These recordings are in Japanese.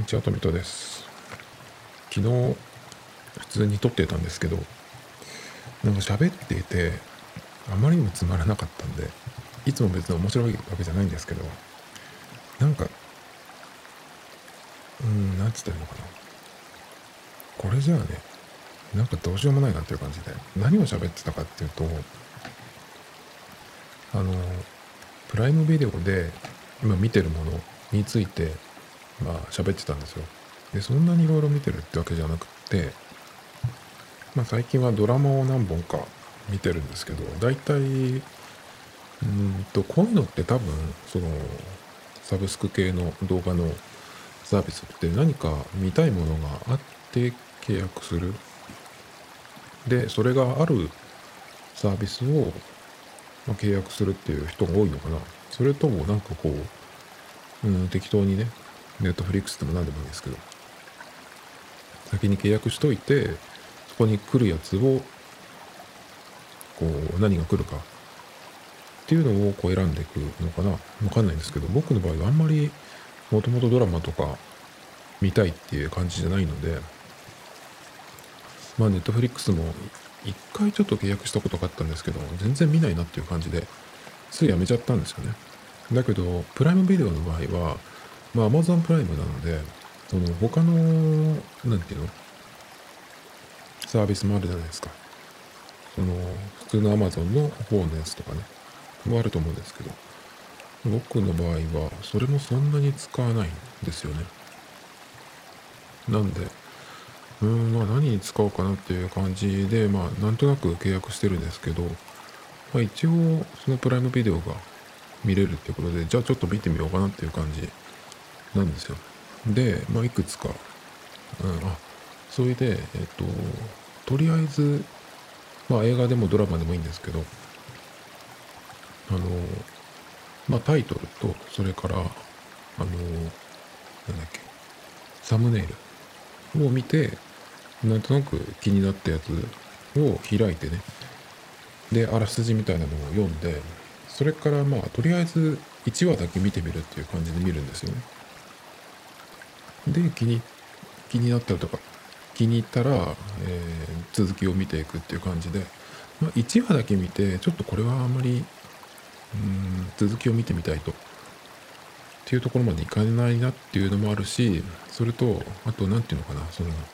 ちは、トミトです。昨日、普通に撮ってたんですけど、なんか喋っていて、あまりにもつまらなかったんで、いつも別に面白いわけじゃないんですけど、なんか、なんつったらいいのかな。これじゃあね、なんかどうしようもないなっていう感じで、何を喋ってたかっていうと、あの、プライムビデオで今見てるものについて、喋ってたんですよ。で、そんなにいろいろ見てるってわけじゃなくって、最近はドラマを何本か見てるんですけど、大体、こういうのって多分、その、サブスク系の動画のサービスって何か見たいものがあって契約する。で、それがあるサービスを契約するっていう人が多いのかな。それともなんかこう、適当にね、ネットフリックスでも何でもいいんですけど、先に契約しといて、そこに来るやつを、こう、何が来るかっていうのをこう選んでいくのかな。わかんないんですけど、僕の場合はあんまりもともとドラマとか見たいっていう感じじゃないので、ネットフリックスも一回ちょっと契約したことがあったんですけど、全然見ないなっていう感じで、すぐやめちゃったんですよね。だけど、プライムビデオの場合は、Amazon プライムなので、その他の、なんていうの、サービスもあるじゃないですか。その、普通の Amazon の方のやつとかね、もあると思うんですけど、僕の場合は、それもそんなに使わないんですよね。なんで、何に使おうかなっていう感じで、なんとなく契約してるんですけど、一応、そのプライムビデオが見れるっていうことで、じゃあちょっと見てみようかなっていう感じなんですよ。で、いくつか、それで、とりあえず、映画でもドラマでもいいんですけど、タイトルと、それから、なんだっけ、サムネイルを見て、なんとなく気になったやつを開いてね、で、あらすじみたいなのを読んで、それからとりあえず1話だけ見てみるっていう感じで見るんですよね。で、気になったとか、気に入ったら、続きを見ていくっていう感じで、1話だけ見て、ちょっとこれはあんまり、続きを見てみたいと。っていうところまでいかないなっていうのもあるし、それと、あと、なんていうのかな、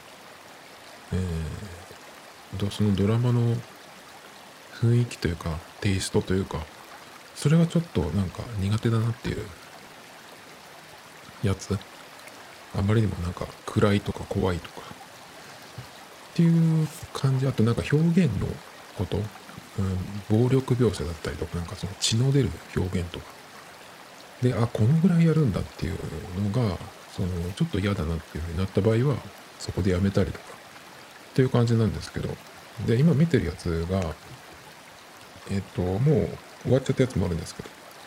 そのドラマの雰囲気というか、テイストというか、それはちょっとなんか苦手だなっていうやつ。あまりにもなんか暗いとか怖いとかっていう感じ。あとなんか表現のこと、暴力描写だったりとか、なんかその血の出る表現とか。で、このぐらいやるんだっていうのが、ちょっと嫌だなっていう風になった場合は、そこでやめたりとかっていう感じなんですけど。で、今見てるやつが、もう終わっちゃったやつもあるんですけど、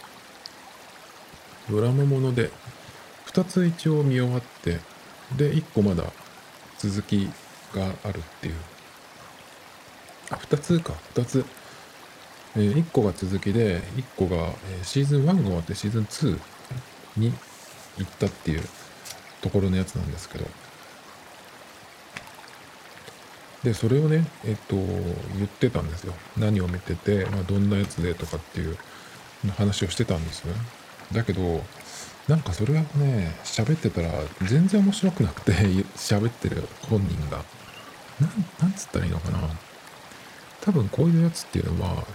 ドラマもので、2つ一応見終わって、で、1個まだ続きがあるっていう。2つか、2つ。1個が続きで、1個が、シーズン1が終わってシーズン2に行ったっていうところのやつなんですけど。で、それをね、言ってたんですよ。何を見てて、どんなやつでとかっていう話をしてたんですよね。だけど、なんかそれはね、喋ってたら全然面白くなくて、喋ってる本人が。なんつったらいいのかな。多分こういうやつっていうのは、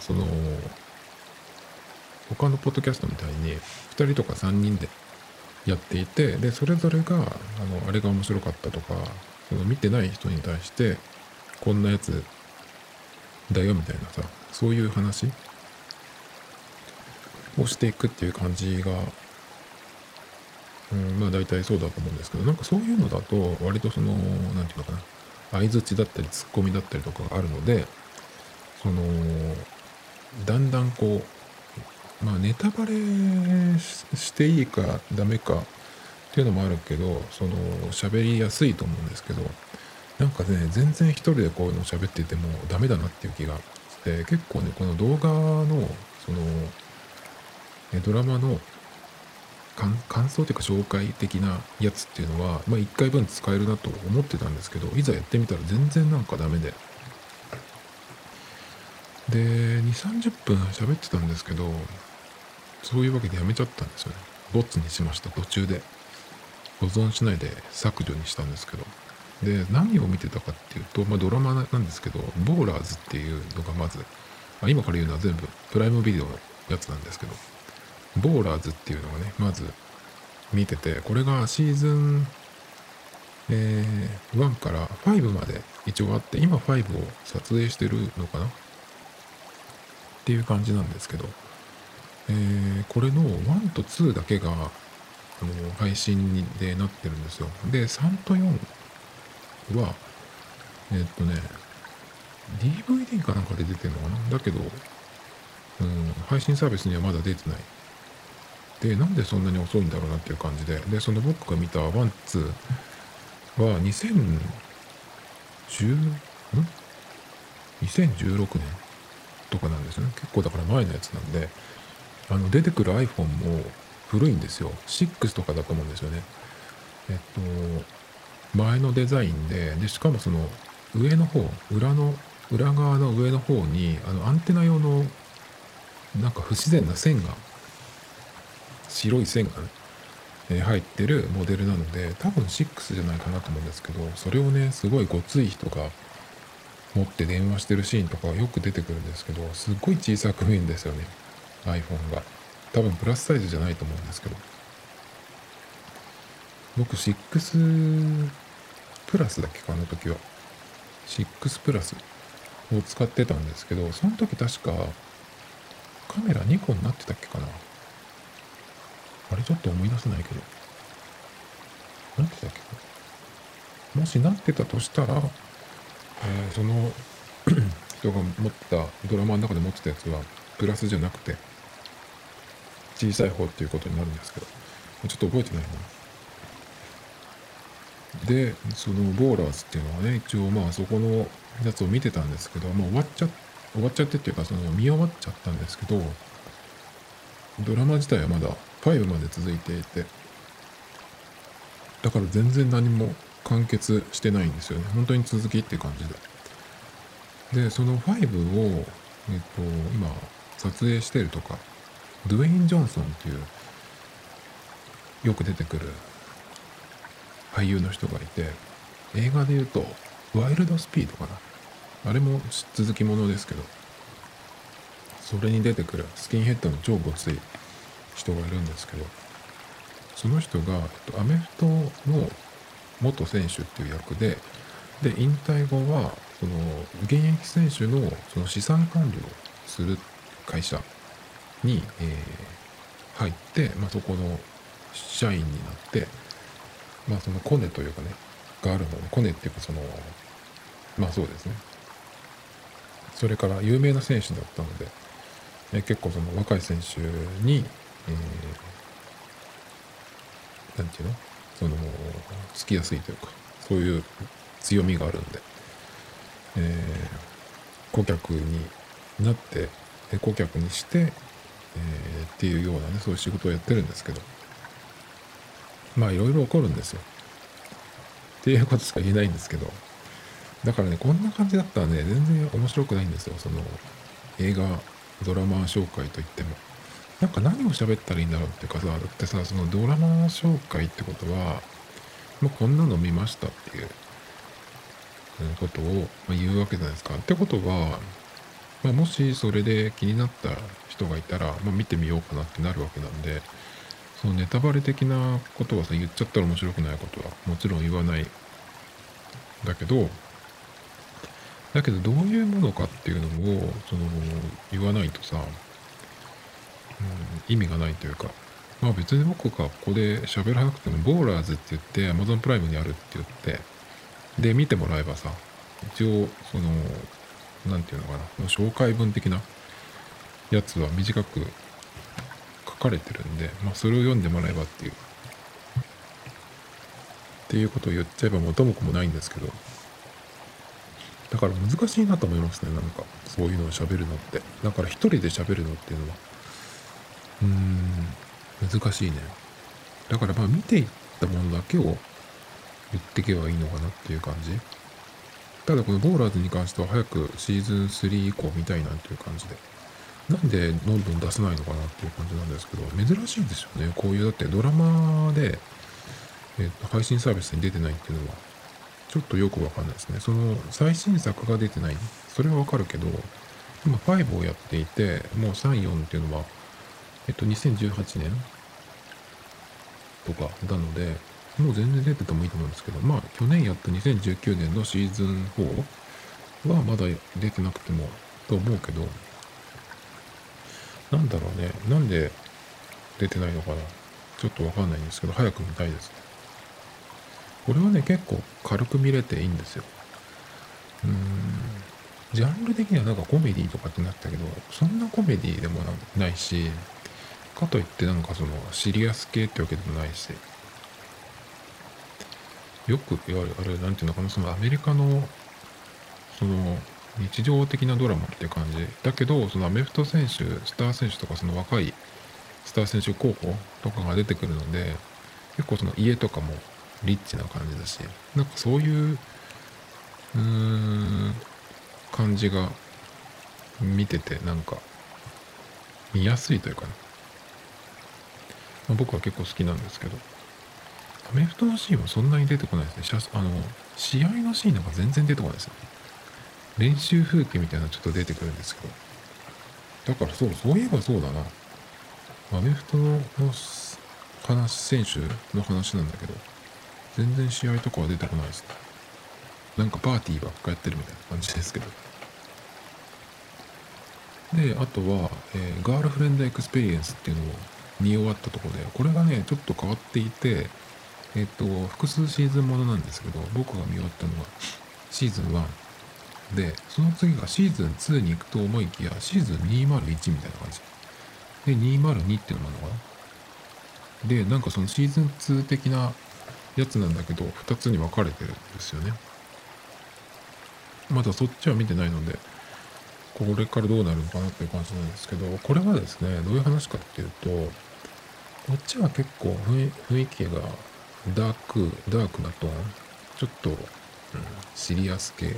他のポッドキャストみたいに、2人とか3人でやっていて、で、それぞれが、あれが面白かったとか、見てない人に対して、こんなやつだよみたいなさ、そういう話をしていくっていう感じが、大体そうだと思うんですけど、なんかそういうのだと、割となんていうのかな、相槌だったり、ツッコミだったりとかがあるので、だんだんこう、ネタバレしていいかダメかっていうのもあるけど、喋りやすいと思うんですけど、なんかね、全然一人でこういうの喋っててもダメだなっていう気がして、結構ね、この動画の、ドラマの感想というか紹介的なやつっていうのは、1回分使えるなと思ってたんですけど、いざやってみたら全然なんかダメで。で、2、30分喋ってたんですけど、そういうわけでやめちゃったんですよね。ボツにしました、途中で。保存しないで削除にしたんですけど。で、何を見てたかっていうと、ドラマなんですけど、ボーラーズっていうのがまず、今から言うのは全部プライムビデオのやつなんですけど、ボーラーズっていうのがね、まず見てて、これがシーズン、1から5まで一応あって、今5を撮影してるのかなっていう感じなんですけど、これの1と2だけが配信でなってるんですよ。で、3と4は、DVD かなんかで出てるのかなだけど、配信サービスにはまだ出てない。で、なんでそんなに遅いんだろうなっていう感じで、で、その僕が見た1、2は2016年とかなんですよね。結構だから前のやつなんで、出てくる iPhone も古いんですよ。6とかだと思うんですよね。前のデザインで、しかもその上の方、裏側の上の方に、アンテナ用のなんか不自然な線が、白い線がね、入ってるモデルなので、多分6じゃないかなと思うんですけど、それをね、すごいごつい人が持って電話してるシーンとかよく出てくるんですけど、すっごい小さく見えるんですよね、iPhone が。多分プラスサイズじゃないと思うんですけど。僕6プラスだっけか、あの時は。6プラスを使ってたんですけど、その時確かカメラ2個になってたっけかな。あれちょっと思い出せないけど。なってたっけか。もしなってたとしたら、その人が持ってた、ドラマの中で持ってたやつはプラスじゃなくて小さい方っていうことになるんですけど、ちょっと覚えてないな。で、そのボーラーズっていうのはね、一応そこのやつを見てたんですけど、もう終わっちゃってっていうか、その見終わっちゃったんですけど、ドラマ自体はまだ5まで続いていて、だから全然何も完結してないんですよね。本当に続きっていう感じで。で、その5を、今、撮影してるとか、ドゥエイン・ジョンソンっていう、よく出てくる俳優の人がいて、映画で言うと、ワイルドスピードかな。あれも続きものですけど、それに出てくるスキンヘッドの超ごつい人がいるんですけど、その人が、アメフトの元選手っていう役で、引退後は、その、現役選手のその資産管理をする会社に、入って、そこの社員になって、そのコネというかね、があるので、コネっていうかその、そうですね。それから有名な選手だったので、結構その若い選手に、なんていうのその、つきやすいというか、そういう強みがあるんで、顧客になって、顧客にして、っていうようなね、そういう仕事をやってるんですけど、いろいろ起こるんですよ。っていうことしか言えないんですけど、だからね、こんな感じだったらね、全然面白くないんですよ。その、映画、ドラマ紹介といっても。なんか何を喋ったらいいんだろうっていうかさ、だってさ、そのドラマ紹介ってことは、もうこんなの見ましたっていうことを言うわけじゃないですか。ってことは、もしそれで気になった人がいたら、見てみようかなってなるわけなんで、そのネタバレ的なことはさ、言っちゃったら面白くないことはもちろん言わない。だけどどういうものかっていうのを、その、言わないとさ、意味がないというか、別に僕がここで喋らなくても、ボーラーズって言って Amazon プライムにあるって言って、で、見てもらえばさ、一応、その、なんていうのかな、紹介文的なやつは短く書かれてるんで、それを読んでもらえばっていうことを言っちゃえば元も子もないんですけど、だから難しいなと思いますね、なんか、そういうのを喋るのって。だから一人で喋るのっていうのは、難しいね。 だからまあ見ていったものだけを言ってけばいいのかなっていう感じ。ただこのボーラーズに関しては早くシーズン3以降見たいなっていう感じで。なんでどんどん出せないのかなっていう感じなんですけど、珍しいですよね。こういうだってドラマで、配信サービスに出てないっていうのは、ちょっとよくわかんないですね。その最新作が出てない。それはわかるけど、今5をやっていて、もう3、4っていうのは、2018年とかなので、もう全然出ててもいいと思うんですけど、まあ去年やった2019年のシーズン4はまだ出てなくてもと思うけど、なんだろうね。なんで出てないのかな。ちょっとわかんないんですけど、早く見たいですね。これはね、結構軽く見れていいんですよ。ジャンル的にはなんかコメディとかってなったけど、そんなコメディでもないし、かといってなんかそのシリアス系ってわけでもないし、よく言われる、あれ、なんていうのかな、そのアメリカの、その日常的なドラマって感じ。だけど、そのアメフト選手、スター選手とかその若いスター選手候補とかが出てくるので、結構その家とかもリッチな感じだし、なんかそういう、感じが見てて、なんか見やすいというかね、まあ、僕は結構好きなんですけど、アメフトのシーンはそんなに出てこないですね。試合のシーンなんか全然出てこないですよね。練習風景みたいなのちょっと出てくるんですけど。だからそういえばそうだな。アメフトの選手の話なんだけど、全然試合とかは出てこないですね。なんかパーティーばっかやってるみたいな感じですけど。で、あとは、ガールフレンドエクスペリエンスっていうのを見終わったところで、これがね、ちょっと変わっていて、複数シーズンものなんですけど、僕が見終わったのはシーズン1で、その次がシーズン2に行くと思いきや、シーズン201みたいな感じ。で、202っていうのもあるのかな。で、なんかそのシーズン2的なやつなんだけど、2つに分かれてるんですよね。まだそっちは見てないので、これからどうなるのかなっていう感じなんですけど、これはですね、どういう話かっていうと、こっちは結構雰囲気がダークなトーン、ちょっと、シリアス系。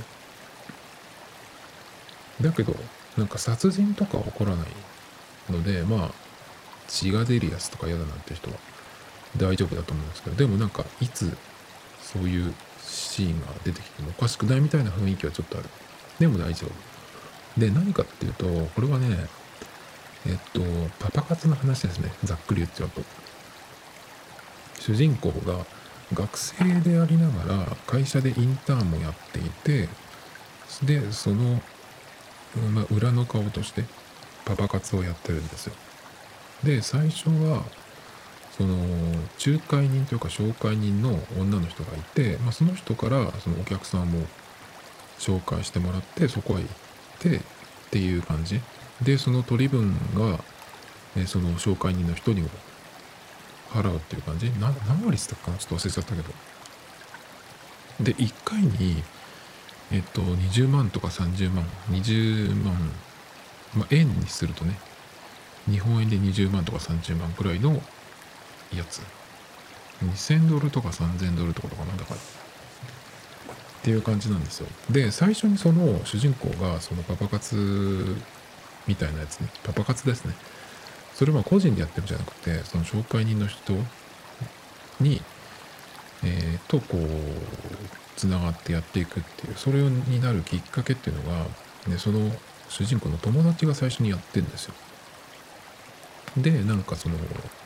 だけど、なんか殺人とかは起こらないので、まあ、血が出るやつとか嫌だなって人は大丈夫だと思うんですけど、でもなんか、いつそういうシーンが出てきてもおかしくないみたいな雰囲気はちょっとある。でも大丈夫。で、何かっていうと、これはね、パパ活の話ですね。ざっくり言っちゃうと。主人公が学生でありながら会社でインターンもやっていて、で、その、裏の顔としてパパ活をやってるんですよ。で、最初は、その、仲介人というか紹介人の女の人がいて、その人からそのお客さんを紹介してもらって、そこへ行ってっていう感じ。で、その取り分が、その紹介人の人に払うっていう感じ。何割したかなちょっと忘れちゃったけど。で、1回に、20万とか30万、20万、円にするとね、日本円で20万とか30万くらいのやつ。2000ドルとか3000ドルとかな、だから。っていう感じなんですよ。で、最初にその主人公がそのパパ活みたいなやつね、パパ活ですね。それは個人でやってるんじゃなくて、その紹介人の人に、こう、つながってやっていくっていう、それになるきっかけっていうのが、ね、その主人公の友達が最初にやってるんですよ。で、なんかその、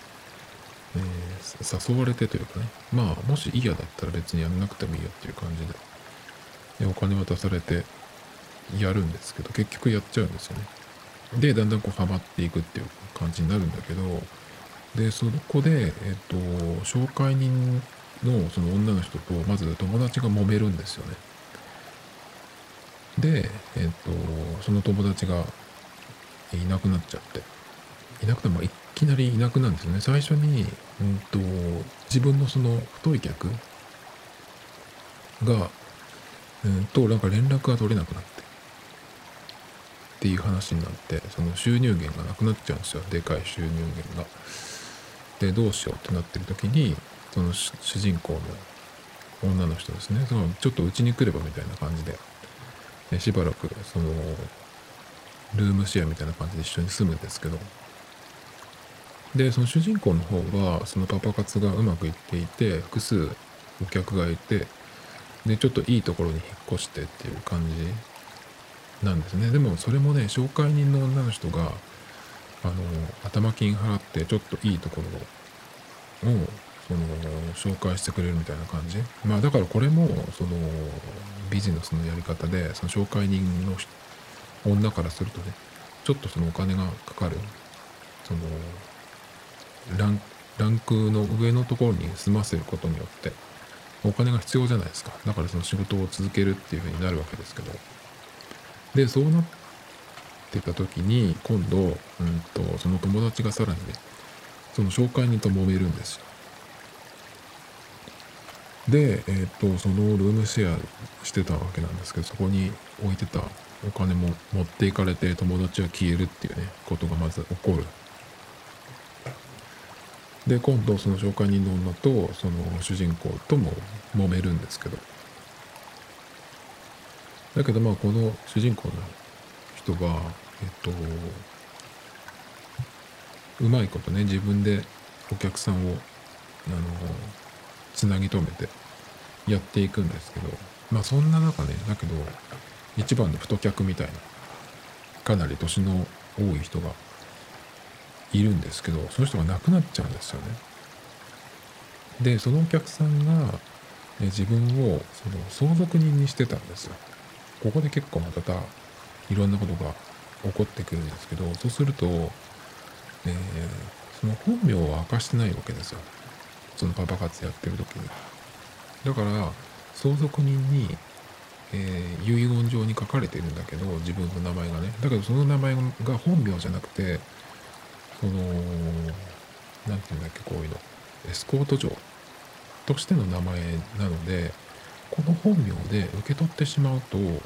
誘われてというかね、もし嫌だったら別にやんなくてもいいよっていう感じで、お金渡されてやるんですけど、結局やっちゃうんですよね。で、だんだんこうハマっていくっていう感じになるんだけど、で、そこで、紹介人のその女の人と、まず友達が揉めるんですよね。で、その友達がいなくなっちゃって、いなくてもいきなりいなくなるんですよね。最初に、自分のその太い客が、なんか連絡が取れなくなって、っていう話になって、その収入源がなくなっちゃうんですよ。でかい収入源が。 でどうしようってなってる時に、その主人公の女の人ですね、そのちょっとうちに来ればみたいな感じで、しばらくそのルームシェアみたいな感じで一緒に住むんですけど、でその主人公の方はそのパパ活がうまくいっていて、複数お客がいて、でちょっといいところに引っ越してっていう感じなんですね。でもそれもね、紹介人の女の人が頭金払ってちょっといいところをその紹介してくれるみたいな感じ。まあだからこれもそのビジネスのやり方で、その紹介人の女からするとね、ちょっとそのお金がかかる、そのランクの上のところに住ませることによってお金が必要じゃないですか。だからその仕事を続けるっていう風になるわけですけど、でそうなってた時に今度、その友達がさらにね、その紹介人と揉めるんですよ。で、そのルームシェアしてたわけなんですけど、そこに置いてたお金も持っていかれて、友達は消えるっていうね、ことがまず起こる。で、今度その紹介人の女とその主人公とも揉めるんですけど、だけどまあこの主人公の人が、うまいことね、自分でお客さんをつなぎ止めてやっていくんですけど、まあそんな中ね、だけど一番の太客みたいな、かなり年の多い人がいるんですけど、その人が亡くなっちゃうんですよね。でそのお客さんが自分をその相続人にしてたんですよ。ここで結構またいろんなことが起こってくるんですけど、そうすると、その本名を明かしてないわけですよ、そのパパ活やってる時に。だから相続人に、遺言状に書かれてるんだけど、自分の名前がね、だけどその名前が本名じゃなくて、そのなんていうんだっけ、こういうのエスコート嬢としての名前なので、この本名で受け取ってしまうと、その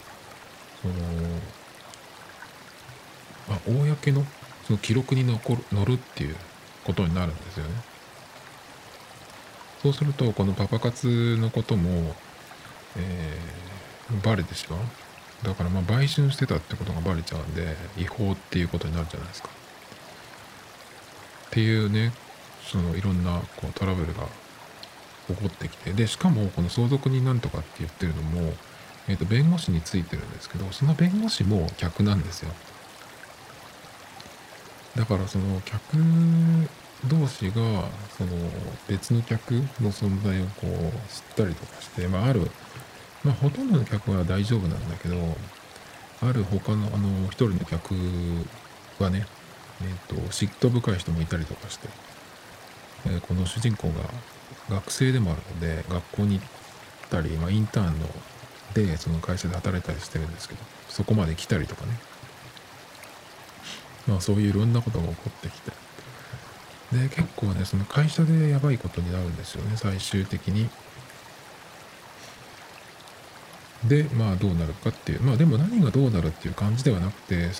公のその記録に載るっていうことになるんですよね。そうするとこのパパ活のことも、バレてしまう。だからまあ売春してたってことがバレちゃうんで、違法っていうことになるじゃないですか。っていうね、そのいろんなこうトラブルが起こってきて、でしかもこの相続人なんとかって言ってるのも、弁護士についてるんですけど、その弁護士も客なんですよ。だからその客同士がその別の客の存在をこう知ったりとかして、ほとんどの客は大丈夫なんだけど、ある他の一人の客はね、嫉妬深い人もいたりとかして、この主人公が学生でもあるので、学校に行ったり、インターンでその会社で働いたりしてるんですけど、そこまで来たりとかね、そういういろんなことが起こってきて、で結構ね、その会社でやばいことになるんですよね、最終的に。でどうなるかっていう、でも何がどうなるっていう感じではなくて、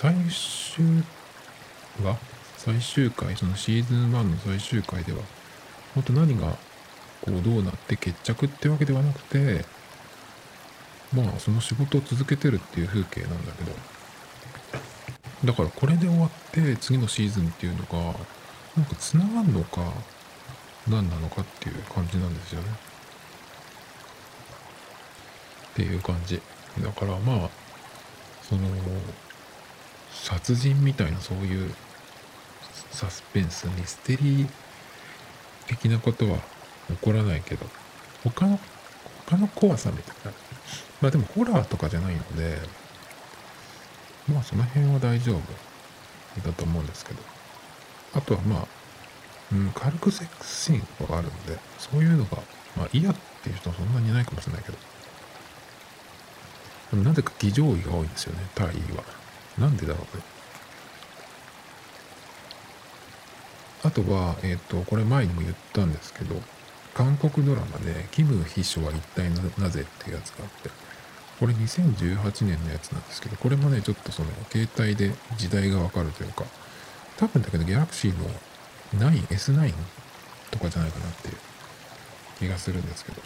最終回、そのシーズン1の最終回では本当何がこうどうなって決着ってわけではなくて、その仕事を続けてるっていう風景なんだけど、だからこれで終わって次のシーズンっていうのがなんか繋がんのか何なのかっていう感じなんですよね。っていう感じ。だからその殺人みたいな、そういうサスペンス、ミステリー的なことは起こらないけど、他の怖さみたいな。でもホラーとかじゃないので、その辺は大丈夫だと思うんですけど。あとは軽くセックスシーンとかがあるんで、そういうのが、嫌っていう人はそんなにいないかもしれないけど、でもなぜか騎乗位が多いんですよね、タイは。なんでだろうね。あとは、これ前にも言ったんですけど、韓国ドラマで、キム秘書は一体なぜっていうやつがあって、これ2018年のやつなんですけど、これもね、ちょっとその、携帯で時代がわかるというか、多分だけど、ギャラクシーの9、S9 とかじゃないかなっていう気がするんですけど、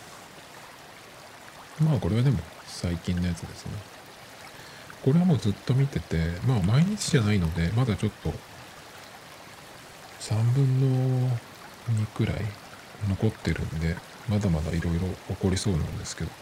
まあこれはでも最近のやつですね。これはもうずっと見てて、まあ毎日じゃないので、まだちょっと3分の2くらい残ってるんで、まだまだいろいろ起こりそうなんですけど、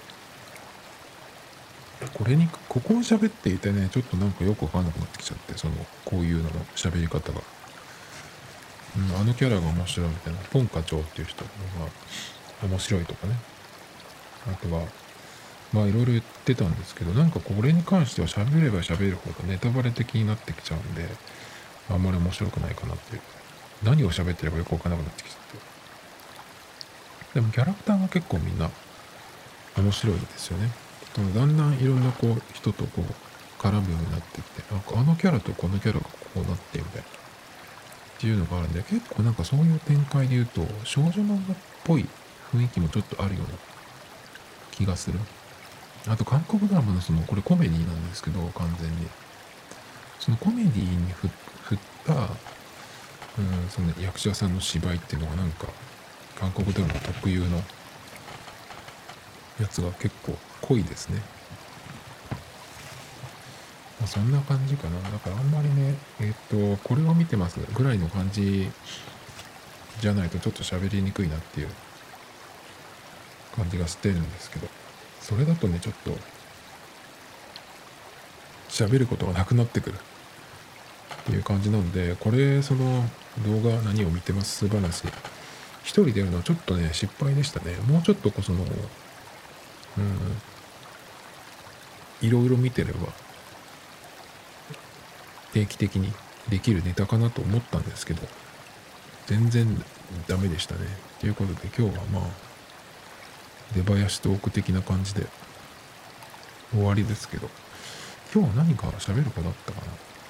ここを喋っていてね、ちょっとなんかよくわかんなくなってきちゃって、こういうのの喋り方が。あのキャラが面白いみたいな、ポン課長っていう人が面白いとかね。あとは、まあいろいろ言ってたんですけど、なんかこれに関しては喋れば喋るほどネタバレ的になってきちゃうんで、あんまり面白くないかなっていう。何を喋ってればよくわからなくなってきちゃって。でもキャラクターが結構みんな面白いですよね。だんだんいろんな人と絡むようになっていって、なんかあのキャラとこのキャラがこうなってみたいなっていうのがあるんで、結構なんかそういう展開で言うと少女漫画っぽい雰囲気もちょっとあるような気がする。あと韓国ドラマのこれコメディなんですけど、完全に。そのコメディに振った、その役者さんの芝居っていうのがなんか、韓国ドラマ特有のやつが結構濃いですね。まあ、そんな感じかな。だからあんまりね、これを見てますぐらいの感じじゃないとちょっと喋りにくいなっていう感じがしてるんですけど、それだとね、ちょっと喋ることがなくなってくるっていう感じなので、これ、動画何を見てます話、一人でやるのはちょっとね、失敗でしたね。もうちょっといろいろ見てれば、定期的にできるネタかなと思ったんですけど、全然ダメでしたね。ということで今日はまあ、出囃子トーク的な感じで終わりですけど、今日は何か喋る子だったかな。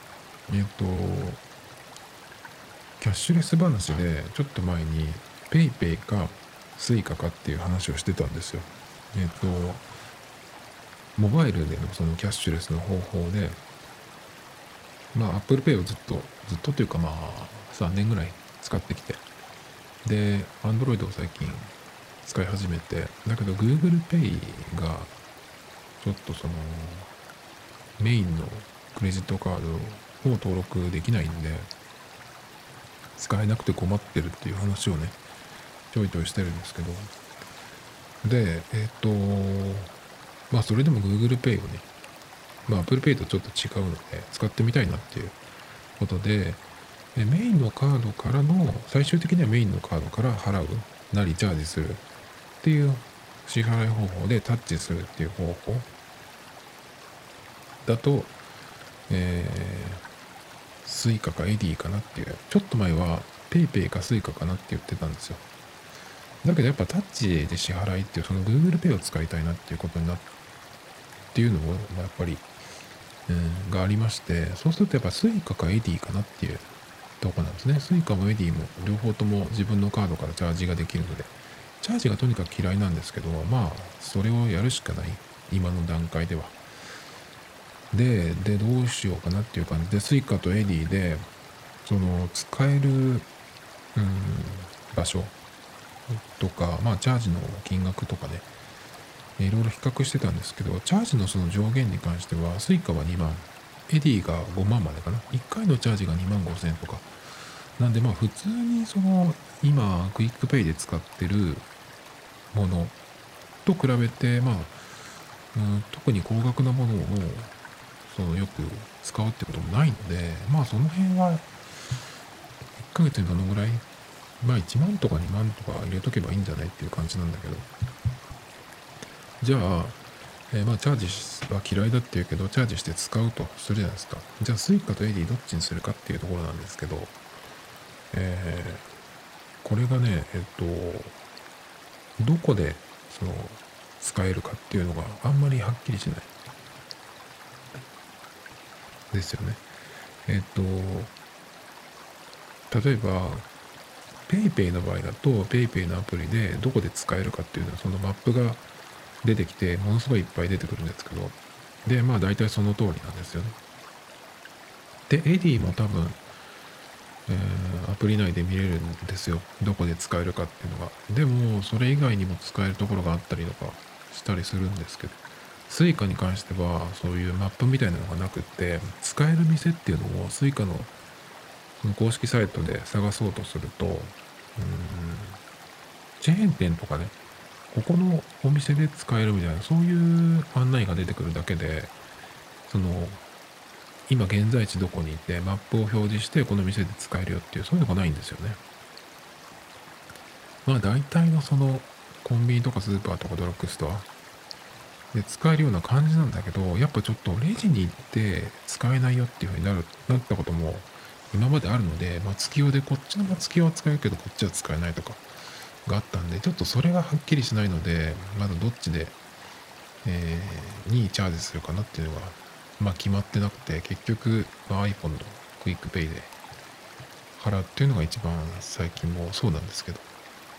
キャッシュレス話でちょっと前にペイペイかスイカかっていう話をしてたんですよ。モバイルでのそのキャッシュレスの方法で、まあ Apple Pay をずっとというかまあ3年ぐらい使ってきて、で Android を最近使い始めて、だけど Google Pay がちょっとメインのクレジットカードを登録できないんで、使えなくて困ってるっていう話をね、ちょいちょいしてるんですけど、で、まあそれでも Google Pay をね、まあ Apple Pay とちょっと違うので使ってみたいなっていうことで、メインのカードからの、最終的にはメインのカードから払うなりチャージするっていう支払い方法でタッチするっていう方法だと、スイカかエディかなっていう、ちょっと前はペイペイかスイカかなって言ってたんですよ。だけどやっぱタッチで支払いっていうその Google Pay を使いたいなっていうことになっていうのもやっぱり、がありまして、そうするとやっぱスイカかエディかなっていうとこなんですね。スイカもエディも両方とも自分のカードからチャージができるので、チャージがとにかく嫌いなんですけど、まあそれをやるしかない、今の段階では。でどうしようかなっていう感じで、スイカとエディで使える、場所とか、まあチャージの金額とかね、いろいろ比較してたんですけど、チャージのその上限に関しては、スイカは2万、エディが5万までかな。1回のチャージが2万5千とか。なんでまあ普通に今、クイックペイで使ってるものと比べて、まあ、特に高額なものをよく使うってこともないので、まあその辺は1ヶ月にどのぐらい、まあ1万とか2万とか入れとけばいいんじゃないっていう感じなんだけど、じゃあ、まあチャージは嫌いだって言うけど、チャージして使うとするじゃないですか。じゃあスイカとエディどっちにするかっていうところなんですけど、これがね、どこで使えるかっていうのがあんまりはっきりしないですよね。例えば、PayPay の場合だと、PayPay のアプリでどこで使えるかっていうのは、そのマップが出てきて、ものすごいいっぱい出てくるんですけど、で、まあ大体その通りなんですよね。で、エディも多分、 アプリ内で見れるんですよ。どこで使えるかっていうのが。でも、それ以外にも使えるところがあったりとかしたりするんですけど、スイカに関しては、そういうマップみたいなのがなくって、使える店っていうのをスイカのその公式サイトで探そうとすると、チェーン店とかね、ここのお店で使えるみたいな、そういう案内が出てくるだけで、その、今現在地どこにいて、マップを表示して、この店で使えるよっていう、そういうのがないんですよね。まあ大体のその、コンビニとかスーパーとかドラッグストアで使えるような感じなんだけど、やっぱちょっとレジに行って使えないよっていう風になったことも今まであるので、松清でこっちの松清は使えるけど、こっちは使えないとかがあったんで、ちょっとそれがはっきりしないので、まだどっちで、にチャージするかなっていうのが、まあ決まってなくて、結局、まあ、iPhone のクイックペイで払うっていうのが一番最近もそうなんですけど。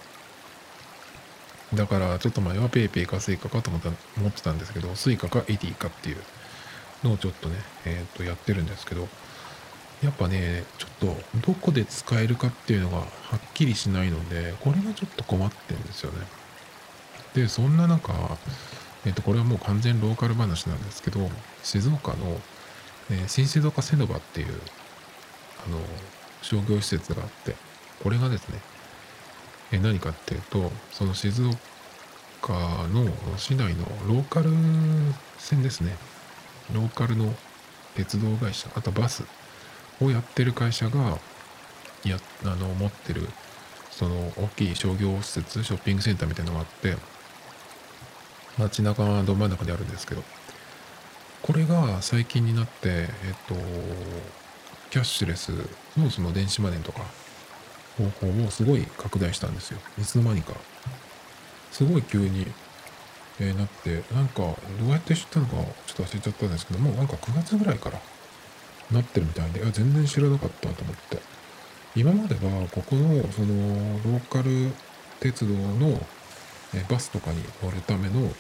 だからちょっと前は PayPay か Suica かと思ってたんですけど、Suica か エディかっていうのをちょっとね、やってるんですけど、やっぱね、ちょっとどこで使えるかっていうのがはっきりしないので、これがちょっと困ってんですよね。で、そんな中、これはもう完全ローカル話なんですけど、静岡の、新静岡セノバっていう、あの、商業施設があって、これがですね、何かっていうと、その静岡の市内のローカル線ですね。ローカルの鉄道会社、あとバスをやってる会社が、持ってる、その大きい商業施設、ショッピングセンターみたいなのがあって、街中ど真ん中にあるんですけど、これが最近になって、キャッシュレスのその電子マネーとか方法をすごい拡大したんですよ。いつの間にか。すごい急に、なって、なんか、どうやって知ったのかちょっと忘れちゃったんですけども、なんか9月ぐらいからなってるみたいで、全然知らなかったと思って。今までは、ここの、その、ローカル鉄道の、バスとかに乗るための、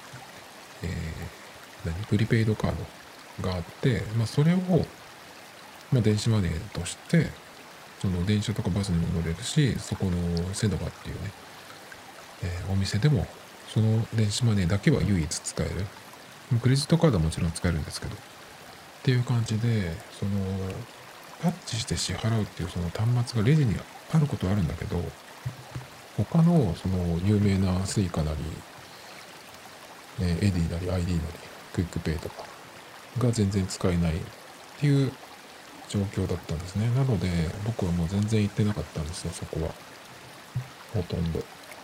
プリペイドカードがあって、まあ、それを、まあ、電子マネーとして、その電車とかバスにも乗れるし、そこのセドバっていうね、お店でも、その電子マネーだけは唯一使える。クレジットカードはもちろん使えるんですけど、っていう感じで、その、タッチして支払うっていうその端末がレジにあることはあるんだけど、他のその有名なスイカなり、エディなり ID なり、クイックペイとかが全然使えないっていう状況だったんですね。なので、僕はもう全然行ってなかったんですよ、そこは。ほとんど。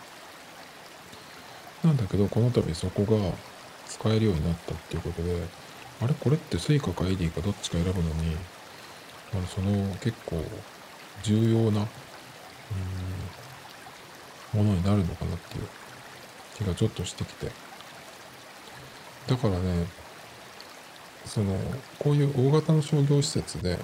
なんだけど、この度そこが使えるようになったっていうことで、あれこれってスイカか ID かどっちか選ぶのに、その結構重要な、ものになるのかなっていう気がちょっとしてきて。だからね、こういう大型の商業施設で、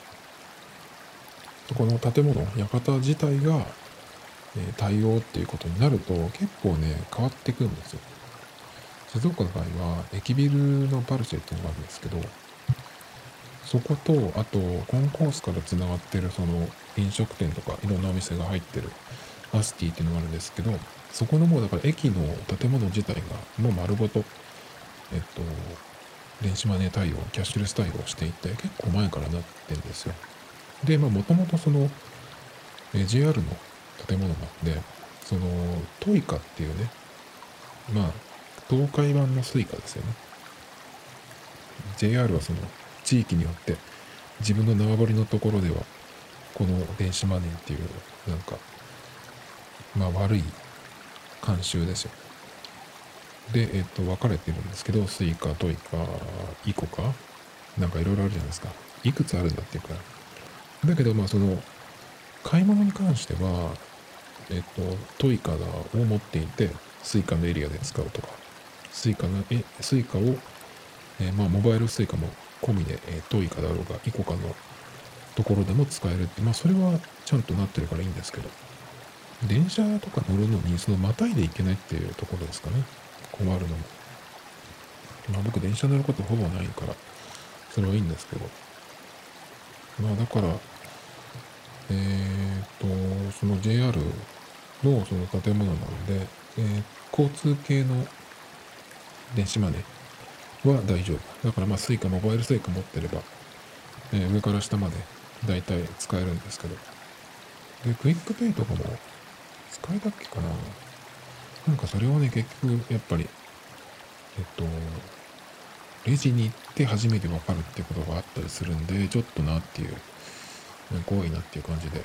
この建物、館自体が、対応っていうことになると結構ね、変わってくるんですよ。静岡の場合は、駅ビルのパルシェっていうのがあるんですけど、そこと、あと、コンコースから繋がってる、その、飲食店とか、いろんなお店が入ってる、アスティっていうのがあるんですけど、そこのもう、だから駅の建物自体が、もう丸ごと、えっと、電子マネー対応、キャッシュレス対応していて、結構前からなってるんですよ。で、まあ、もともとその、JR の建物なんで、その、トイカっていうね、まあ、東海版のスイカですよね。JR はその、地域によって、自分の縄張りのところでは、この電子マネーっていう、なんか、まあ悪い慣習ですよ。で、分かれてるんですけど、スイカ、トイカ、イコカ、なんかいろいろあるじゃないですか。いくつあるんだっていうか。だけど、まあその、買い物に関しては、トイカを持っていて、スイカのエリアで使うとか、スイカを、まあモバイルスイカも込みで、トイカだろうが、イコカのところでも使えるって、まあそれはちゃんとなってるからいいんですけど、電車とか乗るのに、そのまたいでいけないっていうところですかね。困るのも。まあ僕電車乗ることほぼないから、それはいいんですけど。まあだから、 その JR のその建物なんで、交通系の電子マネーは大丈夫。だからまあスイカ、モバイルスイカ持ってれば、上から下まで大体使えるんですけど。で、クイックペイとかも使えたっけかな。なんかそれはね、結局やっぱり、レジに行って初めてわかるってことがあったりするんで、ちょっとなっていう、怖いなっていう感じで。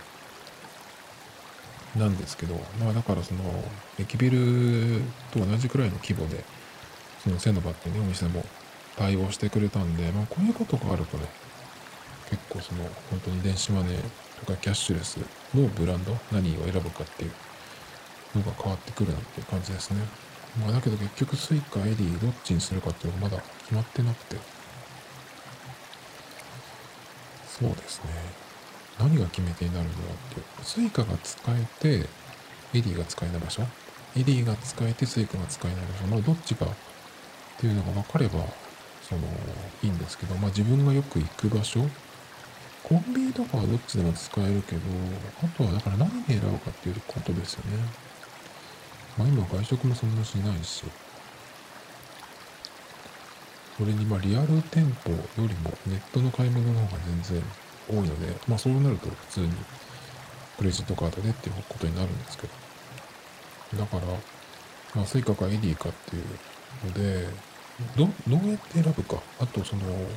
なんですけど、まあだからその、駅ビルと同じくらいの規模で、そのセノバってね、お店も対応してくれたんで、まあこういうことがあるとね、結構その、本当に電子マネーとかキャッシュレスのブランド、何を選ぶかっていうのが変わってくるなっていう感じですね。まあだけど結局スイカ、エディどっちにするかっていうのがまだ決まってなくて、そうですね。何が決め手になるのって、スイカが使えて、エディが使えない場所、エディが使えてスイカが使えない場所、まあどっちかっていうのが分かれば、いいんですけど、まあ自分がよく行く場所、コンビニとかはどっちでも使えるけど、あとはだから何で選ぶかっていうことですよね。まあ今外食もそんなしないし、それにまあリアル店舗よりもネットの買い物の方が全然多いので、まあそうなると普通にクレジットカードでっていうことになるんですけど。だから、まあスイカかエディかっていうので、どうやって選ぶか、あと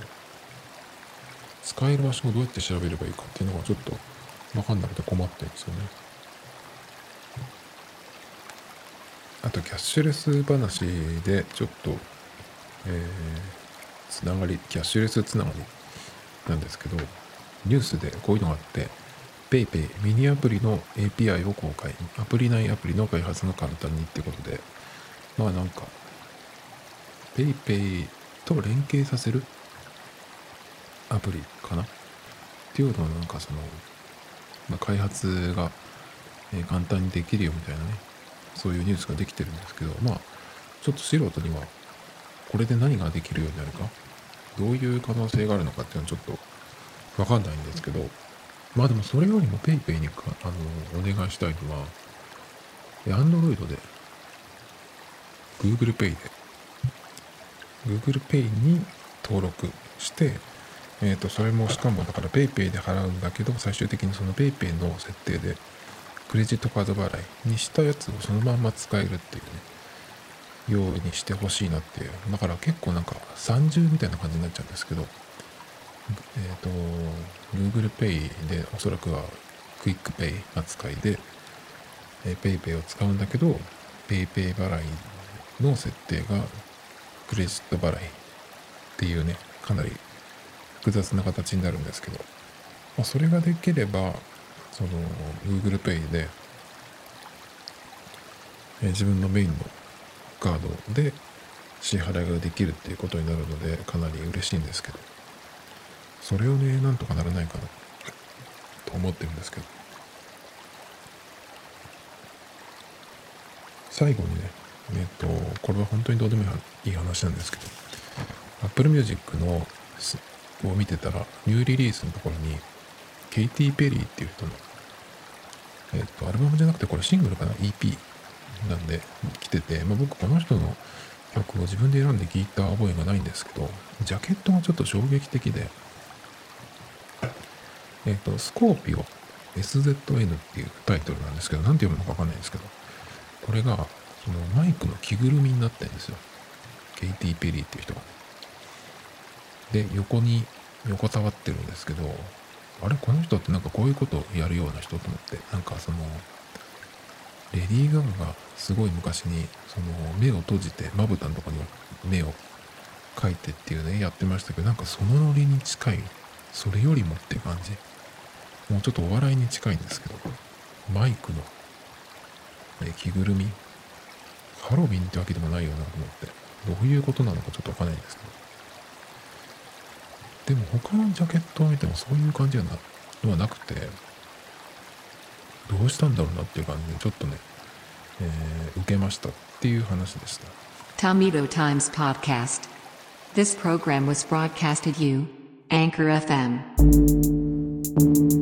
使える場所をどうやって調べればいいかっていうのがちょっと分かんなくて困ってるんですよね。あとキャッシュレス話でちょっと、キャッシュレスつながりなんですけど、ニュースでこういうのがあって、PayPay ミニアプリの API を公開、アプリ内アプリの開発が簡単にってことで、まあなんか PayPay と連携させるアプリかなっていうのはなんか開発が簡単にできるよみたいなね、そういうニュースができてるんですけど、まあちょっと素人にはこれで何ができるようになるか、どういう可能性があるのかっていうのはちょっとわかんないんですけど、まあでもそれよりも PayPay にお願いしたいのは、Android で Google Pay で Google Pay に登録して、それもしかもだから PayPay で払うんだけど、最終的にその PayPay の設定でクレジットカード払いにしたやつをそのまんま使えるっていうね、ようにしてほしいなっていう。だから結構なんか30みたいな感じになっちゃうんですけど、Google Pay でおそらくはクイックペイ扱いで、PayPay を使うんだけど、PayPay 払いの設定がクレジット払いっていうね、かなり複雑な形になるんですけど、まあ、それができれば、Google Pay で、自分のメインのカードで支払いができるっていうことになるので、かなり嬉しいんですけど、それをね、なんとかならないかなと思ってるんですけど、最後にね、これは本当にどうでもいい話なんですけど、Apple Music のを見てたら、ニューリリースのところに、ケイティ・ペリーっていう人の、アルバムじゃなくてこれシングルかな ?EP なんで来てて、まあ、僕この人の曲を自分で選んで聴いた覚えがないんですけど、ジャケットがちょっと衝撃的で、スコーピオ SZN っていうタイトルなんですけど、なんて読むのかわかんないんですけど、これが、マイクの着ぐるみになってるんですよ。ケイティ・ペリーっていう人が。で、横たわってるんですけど、あれこの人ってなんかこういうことをやるような人と思って、なんかレディー・ガガがすごい昔に、目を閉じて、まぶたのとこに目を描いてっていうね、やってましたけど、なんかそのノリに近い、それよりもっていう感じ。もうちょっとお笑いに近いんですけど、マイクの、着ぐるみ、ハロウィンってわけでもないよなと思って、どういうことなのかちょっとわかんないんですけど、でも他のジャケットを見てもそういう感じではなくて、どうしたんだろうなっていう感じでちょっとね、受けましたっていう話でした。 Tomato Times Podcast. This program was broadcasted you, Anchor FM.